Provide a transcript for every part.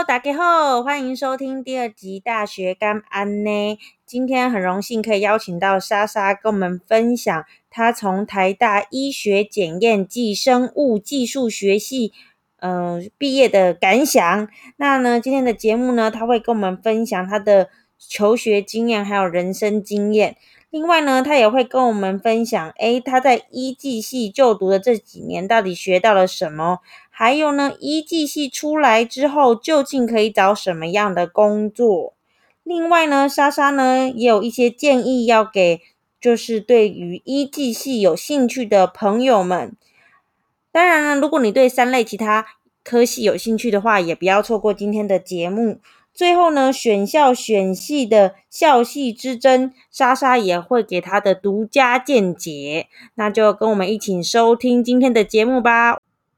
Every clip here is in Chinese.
大家好，欢迎收听第2集大学干安呢。今天很荣幸可以邀请到莎莎跟我们分享她从台大医学检验暨生物技术学系毕业的感想。那呢，今天的节目呢，她会跟我们分享她的求学经验还有人生经验。另外呢，她也会跟我们分享她在医技系就读的这几年到底学到了什么，还有呢，医技系出来之后究竟可以找什么样的工作。另外呢，莎莎呢也有一些建议要给就是对于医技系有兴趣的朋友们。当然呢，如果你对3类其他科系有兴趣的话，也不要错过今天的节目。最后呢，选校选系的校系之争，莎莎也会给她的独家见解。那就跟我们一起收听今天的节目吧。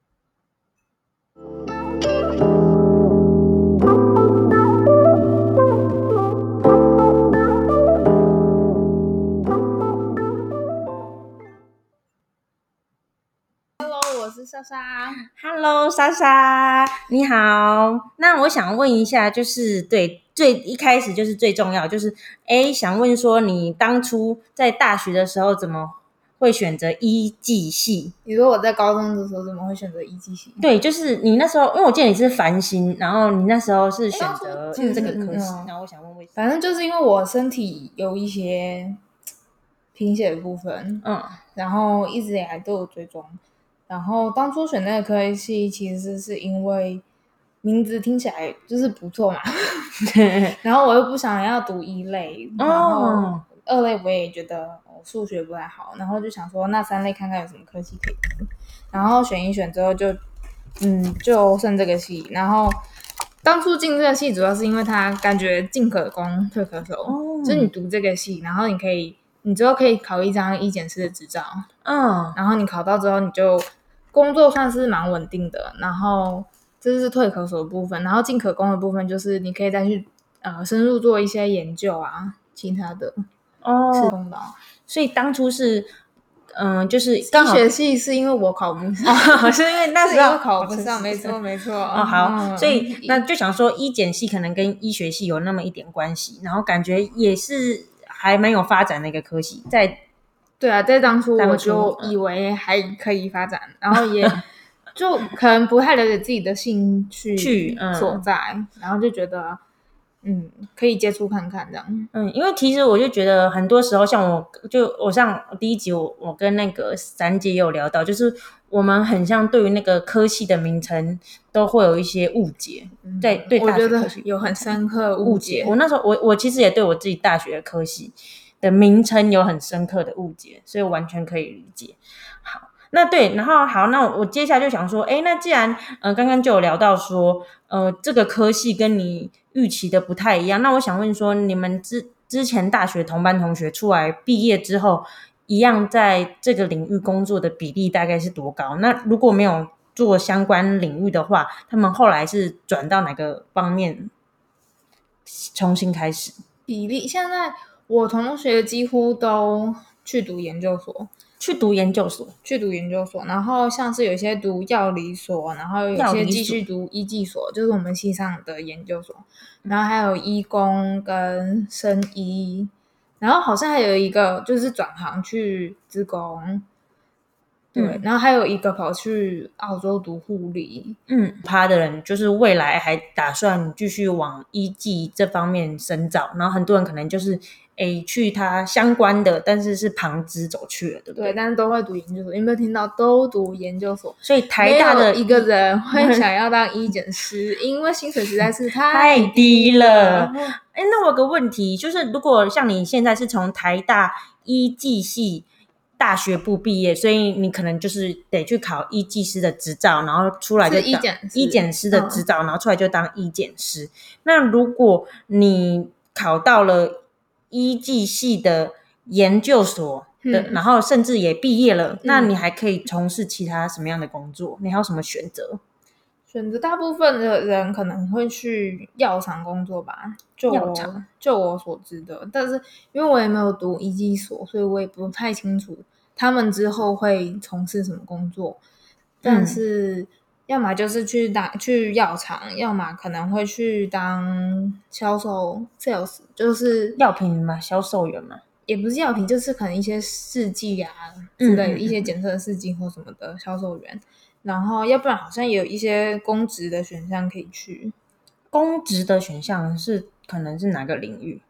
我是莎莎。 Hello， 莎莎，你好。那我想问一下，就是对最一开始就是最重要，就是想问说你当初在大学的时候怎么会选择医技系？ 你说我在高中的时候怎么会选择医技系？ 对，就是你那时候，因为我记得你是繁星，然后你那时候是选择这个科系，然后我想问为什么？ 反正就是因为我身体有一些贫血的部分，然后一直以来都有追踪。然后当初选那个科系，其实是因为名字听起来就是不错嘛，然后我又不想要读1类，然后2类我也觉得数学不太好，然后就想说那3类看看有什么科系可以读，然后选一选之后就剩这个系。然后当初进这个系主要是因为它感觉进可攻退可守，就是你读这个系，然后你之后可以考一张医检师的执照，然后你考到之后你就工作算是蛮稳定的，然后这是退可守的部分，然后进可攻的部分就是你可以再去深入做一些研究啊，其他的所以当初是就是医学系是因为我考不上， 是因为那时候考不上，没错好，所以那就想说医检系可能跟医学系有那么一点关系，然后感觉也是还蛮有发展的一个科系。 对啊，在当初我就以为还可以发展，然后也就可能不太了解自己的兴趣所在，然后就觉得可以接触看看这样。 因为其实我就觉得很多时候，像我上第1集我跟那个3姐也有聊到，就是我们很像对于那个科系的名称都会有一些误解，对大学科系我觉得有很深刻误解。 我那时候我其实也对我自己大学的科系的名称有很深刻的误解，所以完全可以理解。好，那对，然后好，那我接下来就想说，那既然刚刚就有聊到说，这个科系跟你预期的不太一样，那我想问说，你们之前大学同班同学出来毕业之后，一样在这个领域工作的比例大概是多高？那如果没有做相关领域的话，他们后来是转到哪个方面重新开始？ 比例现在我同学几乎都去读研究所，然后像是有些读药理所，然后有些继续读医技所，就是我们系上的研究所，然后还有医工跟生医，然后好像还有一个就是转行去资工，对，然后还有一个跑去澳洲读护理。 他的人就是未来还打算继续往医技这方面深造，然后很多人可能就是去他相关的，但是旁支走去了，对不对？ 对，但是都会读研究所。有没有听到都读研究所？ 所以台大的没有一个人会想要当医检师，因为薪水实在是太低了。那我有个问题，就是如果像你现在是从台大医技系大学部毕业，所以你可能就是得去考医技师的执照，然后出来就当医检师的执照，然后出来就当医检师。那如果你考到了医技系的研究所的，然后甚至也毕业了，那你还可以从事其他什么样的工作？你还有什么选择？ 大部分的人可能会去药厂工作吧，就我所知的。但是因为我也没有读医技所，所以我也不太清楚他们之后会从事什么工作。但是要么就是去药厂，要么可能会去当销售 sales， 就是药品嘛，销售员嘛， 也不是药品，就是可能一些试剂啊之类的，一些检测试剂或什么的销售员。然后要不然好像也有一些公职的选项可以去。 公职的选项可能是哪个领域？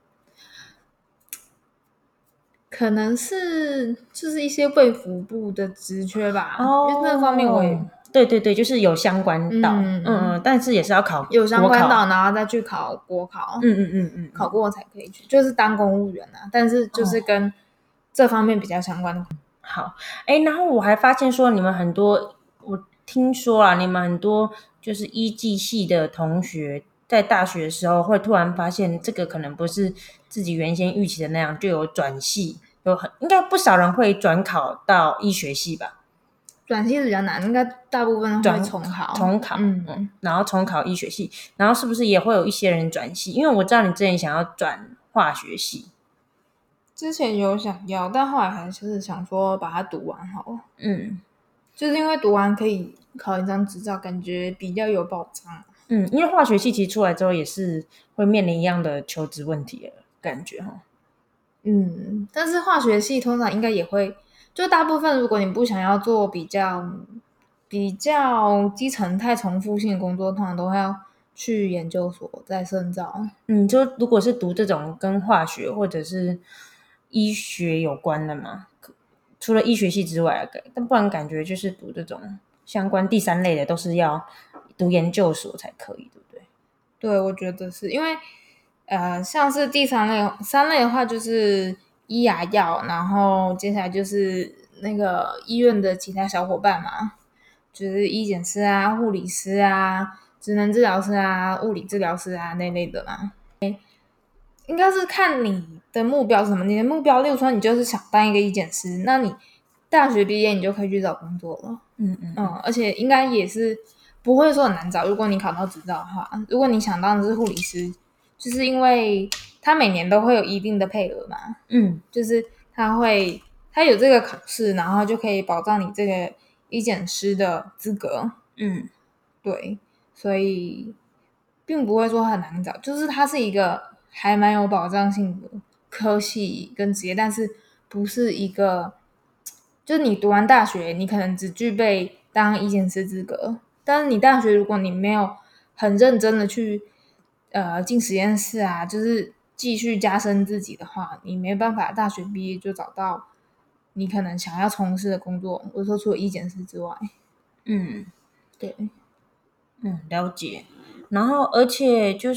可能是就是一些卫福部的职缺吧，因为那方面我也对对对，就是有相关到，但是也是要考有相关到，然后再去考国考，考过才可以去，就是当公务员啊，但是就是跟这方面比较相关的。 好，然后我还发现说你们很多，我听说啊，你们很多就是医技系的同学在大学的时候会突然发现这个可能不是自己原先预期的那样，就有转系，应该不少人会转考到医学系吧？ 转系是比较难，应该大部分会重考， 然后重考医学系，然后是不是也会有一些人转系？因为我知道你之前想要转化学系， 之前有想要，但后来还是想说把它读完好了。就是因为读完可以考一张执照，感觉比较有保障。 因为化学系其实出来之后也是会面临一样的求职问题的感觉哈。 但是化学系通常应该也会，就大部分如果你不想要做比较基层太重复性的工作，通常都会要去研究所再深造。 就如果是读这种跟化学或者是医学有关的嘛，除了医学系之外，但不然感觉就是读这种相关第三类的都是要读研究所才可以，对不对？ 对，我觉得是因为像是第三类的话就是医牙药，然后接下来就是那个医院的其他小伙伴嘛，就是医检师啊、护理师啊、职能治疗师啊、物理治疗师啊那类的嘛。应该是看你的目标是什么，你的目标例如说你就是想当一个医检师，那你大学毕业你就可以去找工作了。而且应该也是不会说很难找，如果你考到执照的话。如果你想当的是护理师，就是因为他每年都会有一定的配额嘛，就是他有这个考试，然后就可以保障你这个医检师的资格。对，所以并不会说很难找，就是它是一个还蛮有保障性的科系跟职业，但是不是一个，就是你读完大学，你可能只具备当医检师资格，但是你大学如果你没有很认真的去进实验室啊，就是继续加深自己的话，你没办法大学毕业就找到你可能想要从事的工作。我说除了医检师之外，对。 了解。然后，而且就是，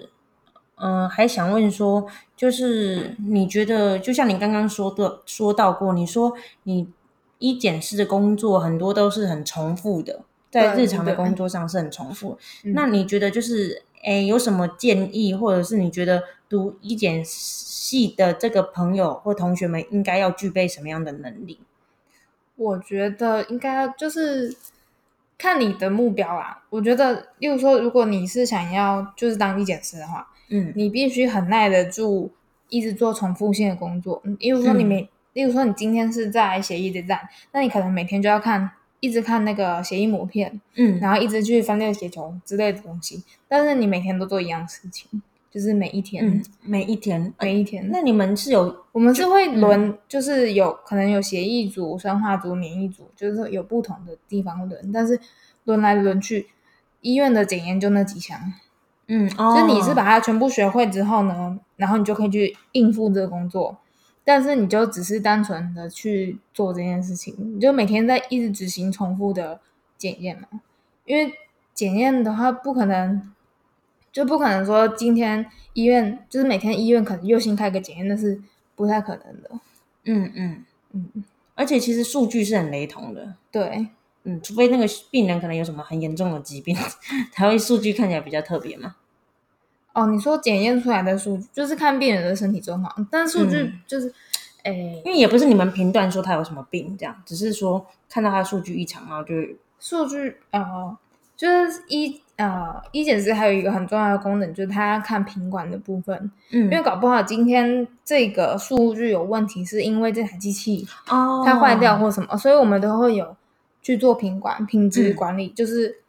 还想问说，就是你觉得，就像你刚刚说到过，你说你医检师的工作很多都是很重复的，在日常的工作上是很重复。那你觉得就是，有什么建议，或者是你觉得读医检系的这个朋友或同学们应该要具备什么样的能力？ 我觉得应该就是看你的目标啦。我觉得，例如说，如果你是想要就是当医检师的话，你必须很耐得住一直做重复性的工作。例如说你今天是在血液站，那你可能每天就要一直看那个血液膜片，然后一直去分裂血球之类的东西。但是你每天都做一样的事情，就是每一天。 那你们是我们是会轮，就是可能有血液组、生化组、免疫组，就是有不同的地方轮，但是轮来轮去，医院的检验就那几项。就是你是把它全部学会之后呢，然后你就可以去应付这个工作，但是你就只是单纯的去做这件事情，你就每天在一直执行重复的检验嘛。因为检验的话不可能说今天医院就是每天医院可能又新开个检验，那是不太可能的。 而且其实数据是很雷同的。 对。 除非那个病人可能有什么很严重的疾病，才会数据看起来比较特别嘛。 你说检验出来的数据就是看病人的身体状况，但数据就是， 因为也不是你们评断说他有什么病，这样只是说看到他的数据异常，然后就数据就是医检师还有一个很重要的功能，就是他看品管的部分。因为搞不好今天这个数据有问题，是因为这台机器它坏掉或什么，所以我们都会有去做品管、品质管理，就是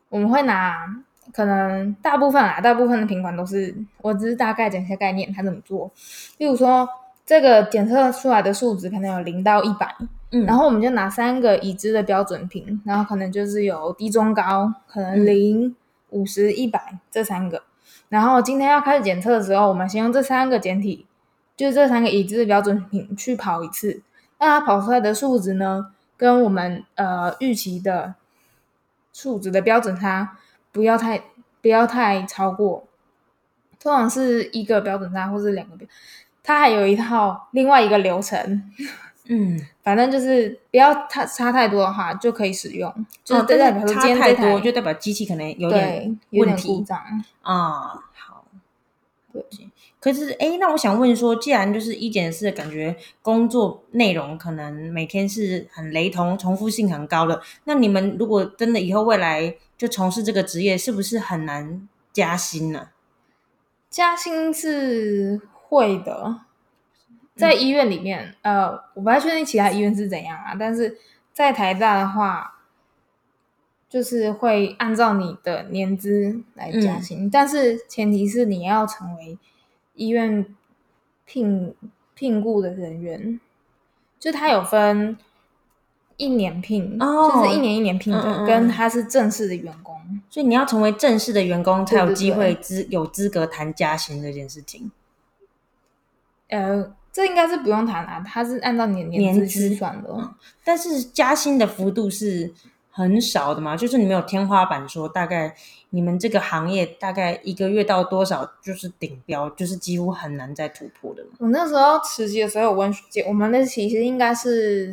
我们会拿可能大部分的品管都是，我只是大概讲一下概念，它怎么做。例如说，这个检测出来的数值可能有0到100，然后我们就拿3个已知的标准品，然后可能就是有低、中、高，可能0、50、100这3个。然后今天要开始检测的时候，我们先用这3个简体，就是这3个已知的标准品去跑一次，那它跑出来的数值呢，跟我们预期的数值的标准差不要太超过，通常是1个标准差或是2个它还有一套另外一个流程，反正就是不要差太多的话就可以使用，就是代表说今天差太多就代表机器可能有点问题故障啊。好，对。可是那我想问说，既然就是医检师的感觉工作内容可能每天是很雷同，重复性很高的，那你们如果真的以后未来就从事这个职业，是不是很难加薪呢？ 加薪是会的，在医院里面，我不太确定其他医院是怎样啊，但是在台大的话，就是会按照你的年资来加薪，但是前提是你要成为医院聘雇的人员，就他有分1年聘，就是1年1年聘的，跟他是正式的员工， 所以你要成为正式的员工才有机会有资格谈加薪这件事情。 这应该是不用谈啊，他是按照你的年资去算的， 但是加薪的幅度是很少的嘛，就是你们有天花板说大概你们这个行业大概1个月到多少就是顶标，就是几乎很难再突破的嘛。 我那时候实习的时候有问学姐，我们的其实应该是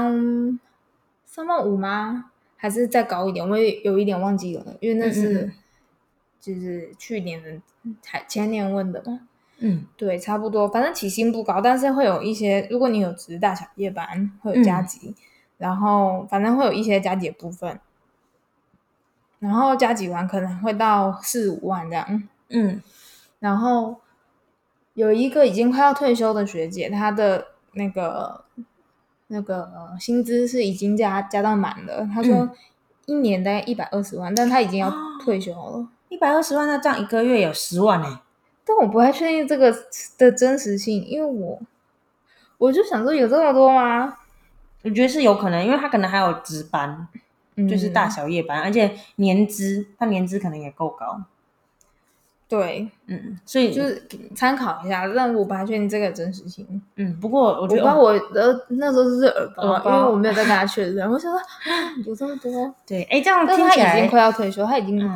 3万5吗？还是再高一点？我也有一点忘记了，因为那是就是去年的前年问的嘛。对，差不多，反正起薪不高，但是会有一些，如果你有值大小夜班，会有加级，然后反正会有一些加级的部分，然后加级完可能会到4、5万这样。然后有一个已经快要退休的学姐，她的那个薪资是已经加到满了，她说1年大概120万，但她已经要退休了。 120万，那这样1个月有10万但我不太确定这个的真实性，因为我就想说有这么多吗？ 我觉得是有可能，因为他可能还有值班，就是大小夜班，而且他年资可能也够高。 对， 所以就是参考一下，但我不太确定这个真实性。 不过我觉得我的那时候是耳包，因为我没有再跟他确认。我想说有这么多， 对，这样听起来， 但是他已经快要退休，他已经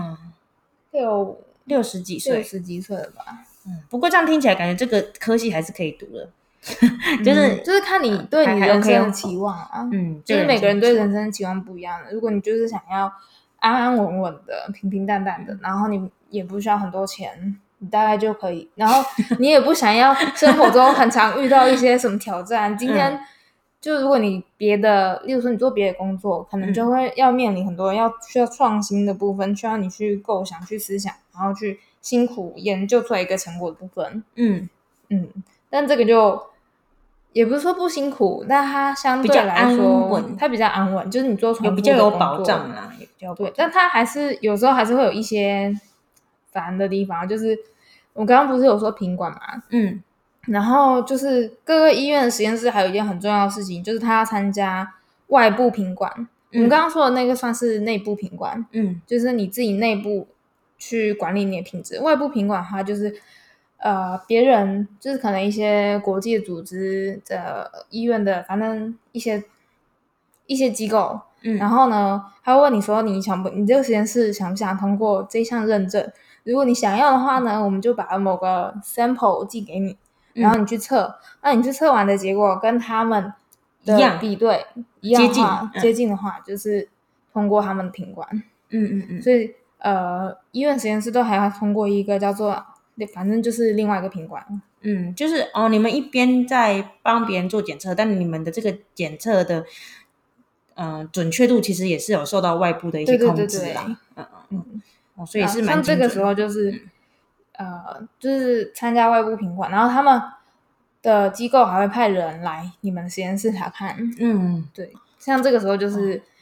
60几岁 ，60几岁了吧？ 不过这样听起来，感觉这个科系还是可以读的， 就是看你对你人生的期望啊。就是每个人对人生的期望不一样的。如果你就是想要安安稳稳的、平平淡淡的，然后你也不需要很多钱，你大概就可以。然后你也不想要生活中很常遇到一些什么挑战。今天就如果你别的，例如说你做别的工作，可能就会要面临很多需要创新的部分，需要你去构想、去思想，然后去辛苦研究出来一个成果的部分。但这个就也不是说不辛苦，但它相对来说它比较安稳，就是你做重复的比较有保障啦，也比较对，但它还是有时候还是会有一些烦的地方，就是我刚刚不是有说品管嘛，然后就是各个医院的实验室还有一件很重要的事情，就是他要参加外部品管。我们刚刚说的那个算是内部品管，就是你自己内部去管理你的品质。外部品管的话，就是别人就是可能一些国际组织的医院的，反正一些机构，然后呢，他会问你说你这个实验室想不想通过这项认证？如果你想要的话呢，我们就把某个 sample 寄给你，然后你去测。那你去测完的结果跟他们的比对一样的话，接近的话，就是通过他们的品管。所以医院实验室都还要通过一个叫做，反正就是另外一个品管。 就是你们一边在帮别人做检测，但你们的这个检测的准确度其实也是有受到外部的一些控制啦。所以是蛮像这个时候就是就是参加外部品管，然后他们的机构还会派人来你们实验室查看。对，像这个时候就是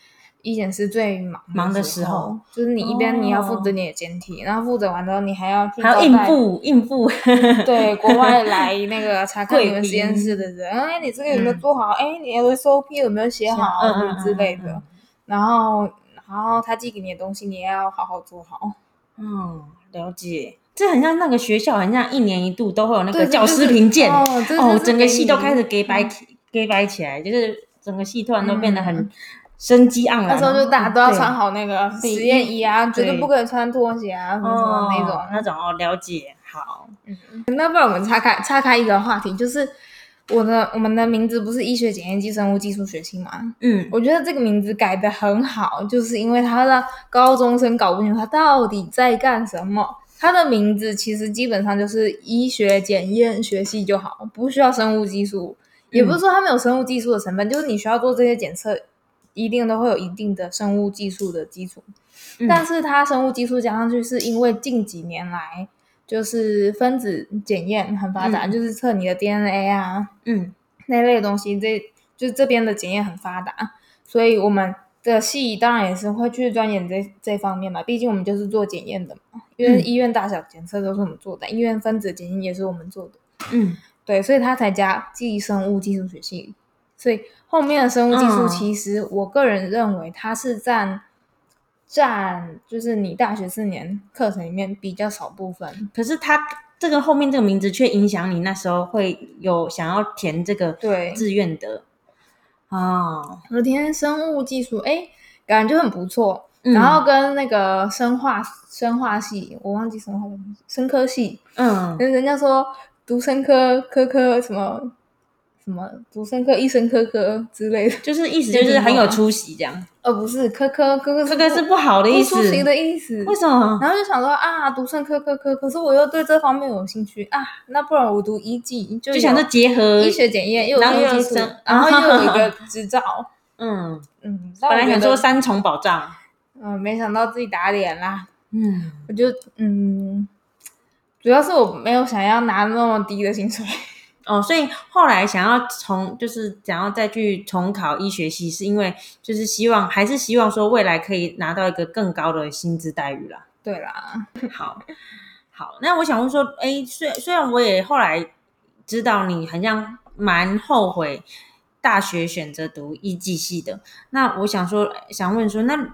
医检师最忙的时候，就是你一边你要负责你的简体，然后负责完之后你还要去应付对国外来那个查看你们实验室的人，你这个有没有做好？你的 SOP 有没有写好？之类的。然后他寄给你的东西，你也要好好做好。 了解。这很像那个学校，很像1年1度都会有那个教师评鉴整个系都开始给摆起来，就是整个系突然都变得很生机盎然。 那时候就大家都要穿好那个实验衣啊，绝对不可以穿拖鞋啊，什么那种了解。好， 那不然我们岔开一个话题，就是我们的名字不是医学检验暨生物技术学系吗？我觉得这个名字改得很好，就是因为它让高中生搞不清楚它到底在干什么。它的名字其实基本上就是医学检验学系就好，不需要生物技术，也不是说它没有生物技术的成分，就是你需要做这些检测，一定都会有一定的生物技术的基础。但是它生物技术加上去，是因为近几年来就是分子检验很发达，就是测你的 DNA 啊，那类的东西，就是这边的检验很发达，所以我们的系当然也是会去钻研这方面嘛，毕竟我们就是做检验的嘛，因为医院大小检测都是我们做的，医院分子检验也是我们做的，对，所以他才加暨生物技术学系，所以后面的生物技术其实我个人认为它是占就是你大学4年课程里面比较少部分， 可是它这个后面这个名字却影响你那时候会有想要填这个志愿的。 我填生物技术，感觉很不错。然后跟那个生化系，我忘记生科系，人家说读生科什么读生科医生科之类的， 就是意思就是很有出息这样。 不是科这个是不好的意思， 不出席的意思。 为什么？ 然后就想说读生科，可是我又对这方面有兴趣那不然我读医技，就想着结合医学检验又有技术，然后又有一个执照。 本来想说3重保障， 没想到自己打脸啦。我就主要是我没有想要拿那么低的薪水。 所以后来想要再去重考医学系，是因为就是还是希望说未来可以拿到一个更高的薪资待遇啦。 对啦， 好，那我想问说，虽然我也后来知道你好像蛮后悔大学选择读医技系的，那我想问说，那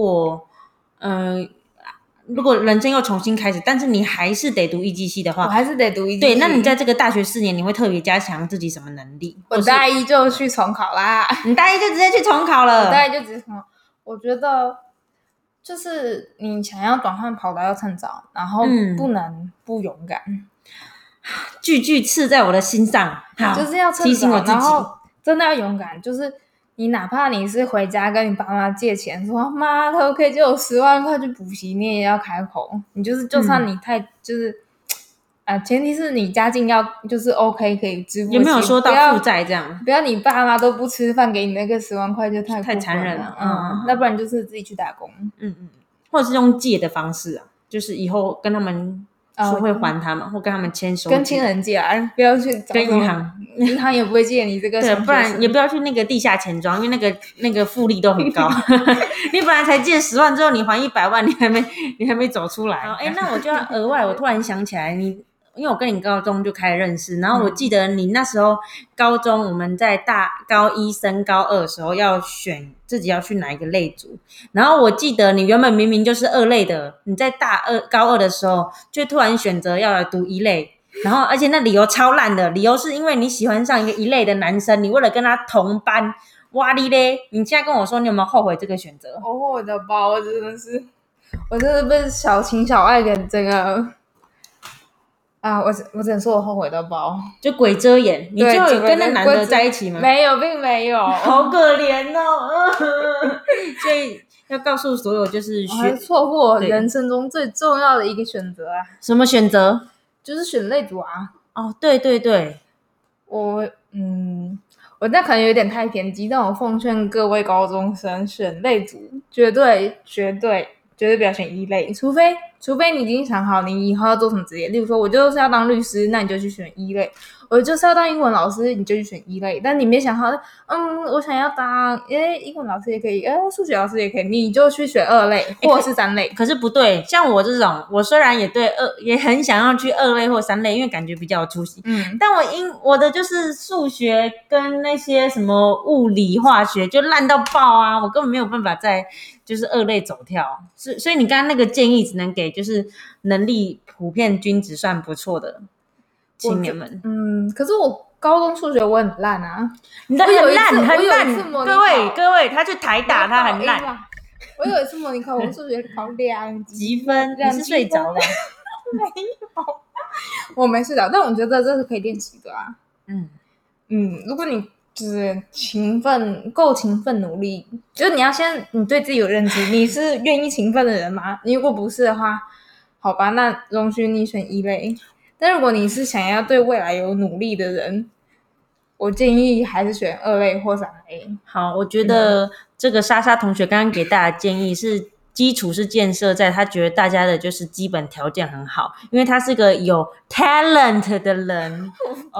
如果人生又重新开始，但是你还是得读医技系的话， 我还是得读医技系。 对，那你在这个大学4年，你会特别加强自己什么能力？ 我大一就去重考啦。 你大一就直接去重考了？ 我大一就直接重考。我觉得就是你想要转换跑道要趁早，然后不能不勇敢。 句句刺在我的心上， 就是要趁早，然后真的要勇敢，就是你哪怕你是回家跟你爸妈借钱，说妈可不可以借我10万块去补习，你也要开口。你就算你就是前提是你家境要就是 OK 可以支付， 有没有说到负债这样？ 不要你爸妈都不吃饭给你那个10万块就太残忍了。 那不然就是自己去打工， 或者是用借的方式就是以后跟他们说会还他们，或跟他们签手， 跟亲人借不要去找跟银行也不会借你这个， 对，不然也不要去那个地下钱庄，因为那个复利都很高。你本来才借10万，之后你还100万，你还没走出来。那我就要额外，我突然想起来因为我跟你高中就开始认识，然后我记得你那时候高中我们在高1升高2的时候要选自己要去哪一个类组，然后我记得你原本明明就是2类的，你在高2的时候就突然选择要来读1类，然后而且那理由超烂的，理由是因为你喜欢上一个1类的男生，你为了跟他同班，哇哩嘞！你现在跟我说你有没有后悔这个选择？ 我的包，我真的被小情小爱给这个我只能说我后悔到爆， 就鬼遮眼。你最后有跟那男的在一起吗？ 没有，并没有。 好可怜哦。所以要告诉所有就是我还错过我人生中最重要的一个选择什么选择？ 就是选类组对。 我那可能有点太偏激，但我奉劝各位高中生选类组绝对不要选1类，除非你已经想好你以后要做什么职业，例如说我就是要当律师，那你就去选1类。 我就是要当英文老师，你就去选一类。但你没想好，我想要当英文老师也可以，数学老师也可以，你就去选2类或者是3类。 可是不对，像我这种，我虽然也很想要去2类或3类，因为感觉比较有出息。但我的就是数学跟那些什么物理化学就烂到爆啊，我根本没有办法在就是2类走跳。所以你刚刚那个建议只能给就是能力普遍均值算不错的青年们。 可是我高中数学我很烂啊， 你的很烂很烂，各位，他去台大他很烂。 我有一次模拟考，我数学考2 级分，你是睡着了？ 没有，我没睡着，但我觉得这是可以练习的啊。如果你就是够勤奋努力，就是你对自己有认知，你是愿意勤奋的人吗？你如果不是的话，好吧，那容许你选1类。但如果你是想要对未来有努力的人，我建议还是选2类或3类。 好，我觉得这个莎莎同学刚刚给大家建议是基础是建设在他觉得大家的就是基本条件很好，因为他是个有 talent 的人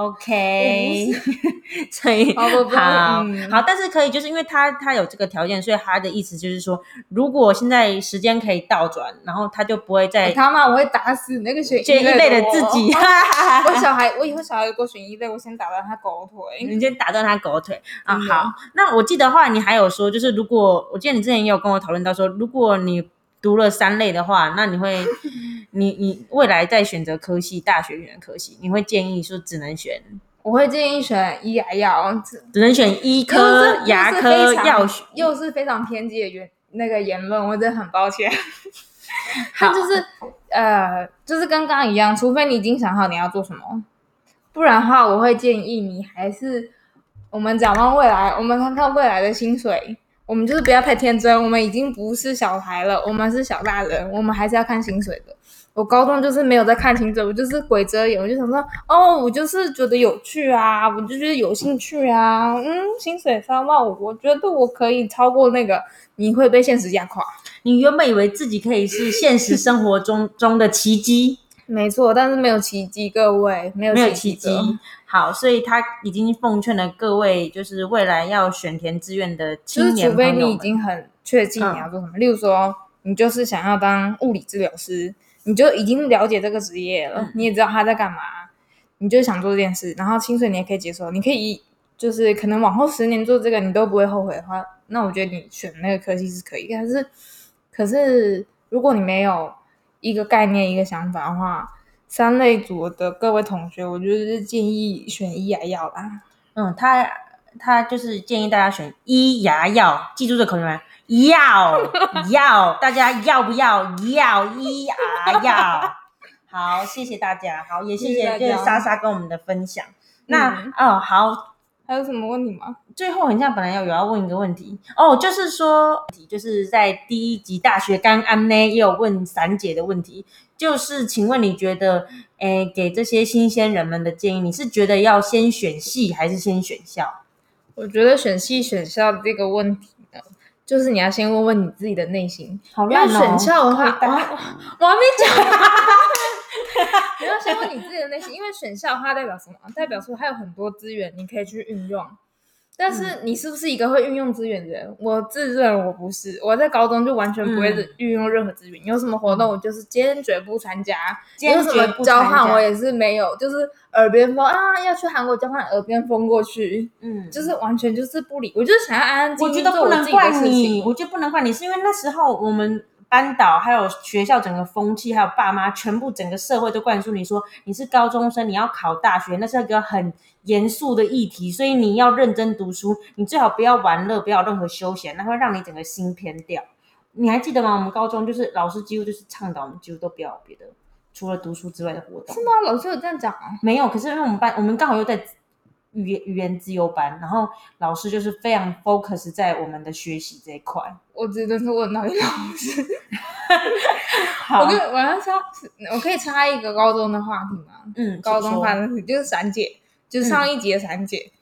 ，OK， 所以好，但是可以就是因为他有这个条件，所以他的意思就是说，如果现在时间可以倒转，然后他就不会再我会打死那个选1 类的自己。 我以后小孩如果选1类，我先打断他狗腿。 你先打断他狗腿啊！好，那我记得话，你还有说，就是如果我记得你之前也有跟我讨论到说，如果你读了3类的话，那你会你未来再选择科系，大学选科系，你会建议说只能选？ 我会建议选医牙药， 只能选医科、牙科、药学， 又是非常偏激的那个言论，我真的很抱歉。但就是就是跟刚刚一样，除非你已经想好你要做什么，不然的话，我会建议你还是我们展望未来，我们看看未来的薪水。我们就是不要太天真，我们已经不是小孩了，我们是小大人，我们还是要看薪水的。我高中就是没有在看薪水，我就是鬼遮眼，我就想说，我就是觉得有趣啊，我就觉得有兴趣啊，薪水3万，我觉得我可以超过那个，你会被现实压垮。 你原本以为自己可以是现实生活中的奇迹。 没错，但是没有奇迹，各位没有奇迹。 好，所以他已经奉劝了各位，就是未来要选填志愿的青年朋友们， 就是除非你已经很确定你要做什么，例如说你就是想要当物理治疗师，你就已经了解这个职业了，你也知道他在干嘛，你就想做这件事，然后薪水你也可以接受，你可以就是可能往后10年做这个你都不会后悔的话，那我觉得你选那个科系是可以。可是如果你没有一个概念一个想法的话，3类组的各位同学，我就是建议选医牙药啦。 他就是建议大家选医牙药，记住这口诀吗？药，大家要不要医牙药？好，谢谢大家。好，也谢谢就是莎莎跟我们的分享。那好， 还有什么问题吗？ 最后，很像本来要问一个问题就是说，就是在第1集大学刚安呢，也有问闪姐的问题，就是请问你觉得，给这些新鲜人们的建议，你是觉得要先选系还是先选校？ 我觉得选系选校的这个问题呢，就是你要先问问你自己的内心。 好烂哦！ 因为选校的话，我还没讲。你要先问你自己的内心，因为选校它代表什么？代表说它有很多资源你可以去运用。但是你是不是一个会运用资源的人？我自认我不是，我在高中就完全不会运用任何资源，有什么活动我就是坚决不参加，有什么交换我也是没有，就是耳边风要去韩国交换，耳边风过去，就是完全就是不理，我就是想要安安静静做我自己的事情。 我觉得不能怪你，是因为那时候我们班导还有学校整个风气还有爸妈全部整个社会都灌输你说你是高中生，你要考大学，那是一个很严肃的议题，所以你要认真读书，你最好不要玩乐，不要任何休闲，那会让你整个心偏掉。你还记得吗？我们高中就是老师几乎就是倡导我们几乎都不要有别的除了读书之外的活动。 是吗？老师有这样讲没有，可是因为我们刚好又在语言资优班，然后老师就是非常 focus 在我们的学习这一块。 我真的是问到你老师。 好， 我可以插一个高中的话题吗？高中话题就是闪姐，就是上一集的闪姐。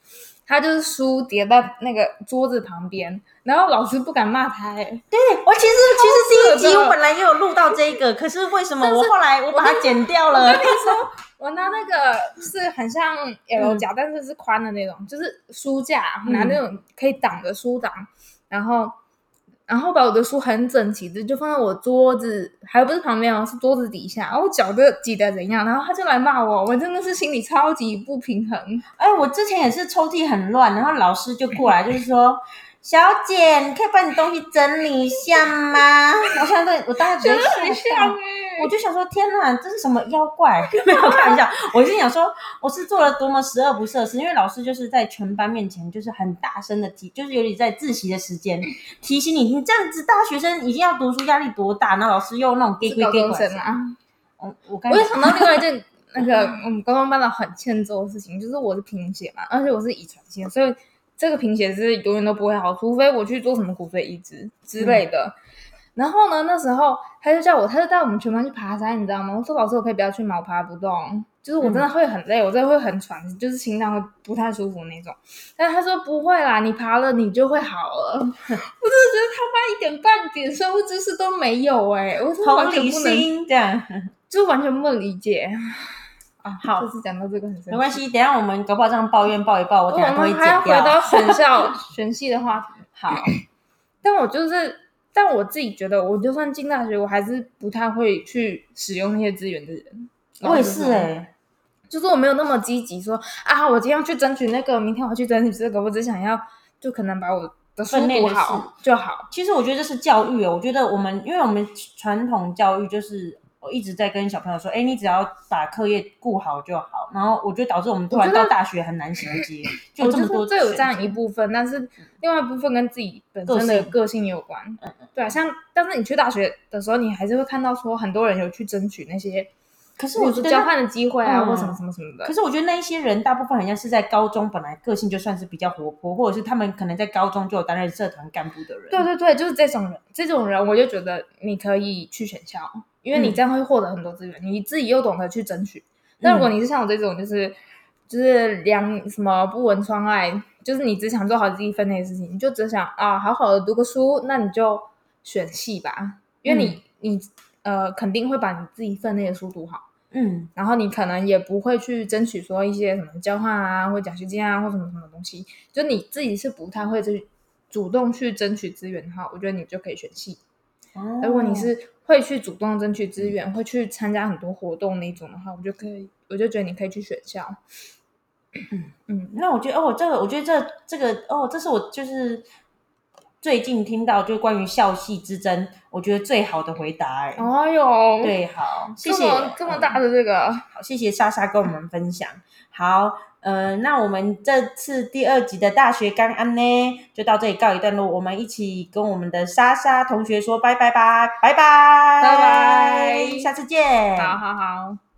他就是书叠在那个桌子旁边，然后老师不敢骂他。 对，我其实第一集我本来也有录到这个，可是为什么我后来我把它剪掉了？ 我跟你说，我拿那个是很像 L 架，但是是宽的那种，就是书架，拿那种可以挡的书挡，然后把我的书很整齐的就放在我桌子，还不是旁边哦，是桌子底下，然后我脚就挤得怎样，然后他就来骂我，我真的是心里超级不平衡。 我之前也是抽屉很乱，然后老师就过来就是说小姐，你可以把你东西整理一下吗？我当时觉得很像我就想说天哪，这是什么妖怪？没有开玩笑，我心想说我是做了多么十恶不赦的事，因为老师就是在全班面前就是很大声的就是有点在自习的时间提醒你这样子大学生已经要读书压力多大，然后老师又那种给高中生啊。我也想到另外一件那个我们高中班的很欠揍的事情，就是我是贫血嘛，而且我是遗传性，所以这个贫血是永远都不会好，除非我去做什么骨髓移植之类的。然后呢，那时候他就带我们全班去爬山，你知道吗？我说老师，我可以不要去吗？我爬不动，就是我真的会很累，我真的会很喘，就是心脏会不太舒服那种。但他说不会啦，你爬了你就会好了。我真的觉得他妈一点半点生物知识都没有我是完全不能这样， 就完全不能理解。 好， 就是讲到这个很生气， 没关系，等一下我们搞不好这样抱怨抱一抱，我等一下都会剪掉。 我们还要回到选系的话题。好，但我自己觉得，我就算进大学，我还是不太会去使用那些资源的人。 我也是就是我没有那么积极说我今天要去争取那个，明天我要去争取这个，我只想要就可能把我的书读好就好。 其实我觉得这是教育我觉得因为我们传统教育就是我一直在跟小朋友说，你只要把课业顾好就好，然后我觉得导致我们突然到大学很难衔接，就有这么多。 这有这样一部分，但是另外一部分跟自己本身的个性有关。对啊，但是你去大学的时候，你还是会看到说很多人有去争取那些， 可是我觉得交换的机会或什么什么什么的。 可是我觉得那一些人大部分好像是在高中本来个性就算是比较活泼，或者是他们可能在高中就有担任社团干部的人。 对对对，就是这种人我就觉得你可以去选校，因为你这样会获得很多资源，你自己又懂得去争取。但如果你是像我这种就是什么不闻窗外，就是你只想做好自己分内的事情，你就只想好好的读个书，那你就选系吧，因为你肯定会把你自己分内的书读好。然后你可能也不会去争取说一些什么交换或奖学金或什么什么东西，就你自己是不太会去主动去争取资源的话，我觉得你就可以选系。如果你是会去主动争取资源，会去参加很多活动那种的话，我就觉得你可以去选校。 那我觉得这是我就是最近听到就关于校系之争，我觉得最好的回答对，好，谢谢这么大的这个， 好，谢谢莎莎跟我们分享。好，那我们这次第2集的大学干安呢，就到这里告一段落。我们一起跟我们的莎莎同学说拜拜吧，拜拜， 拜拜， 下次见， 好好好。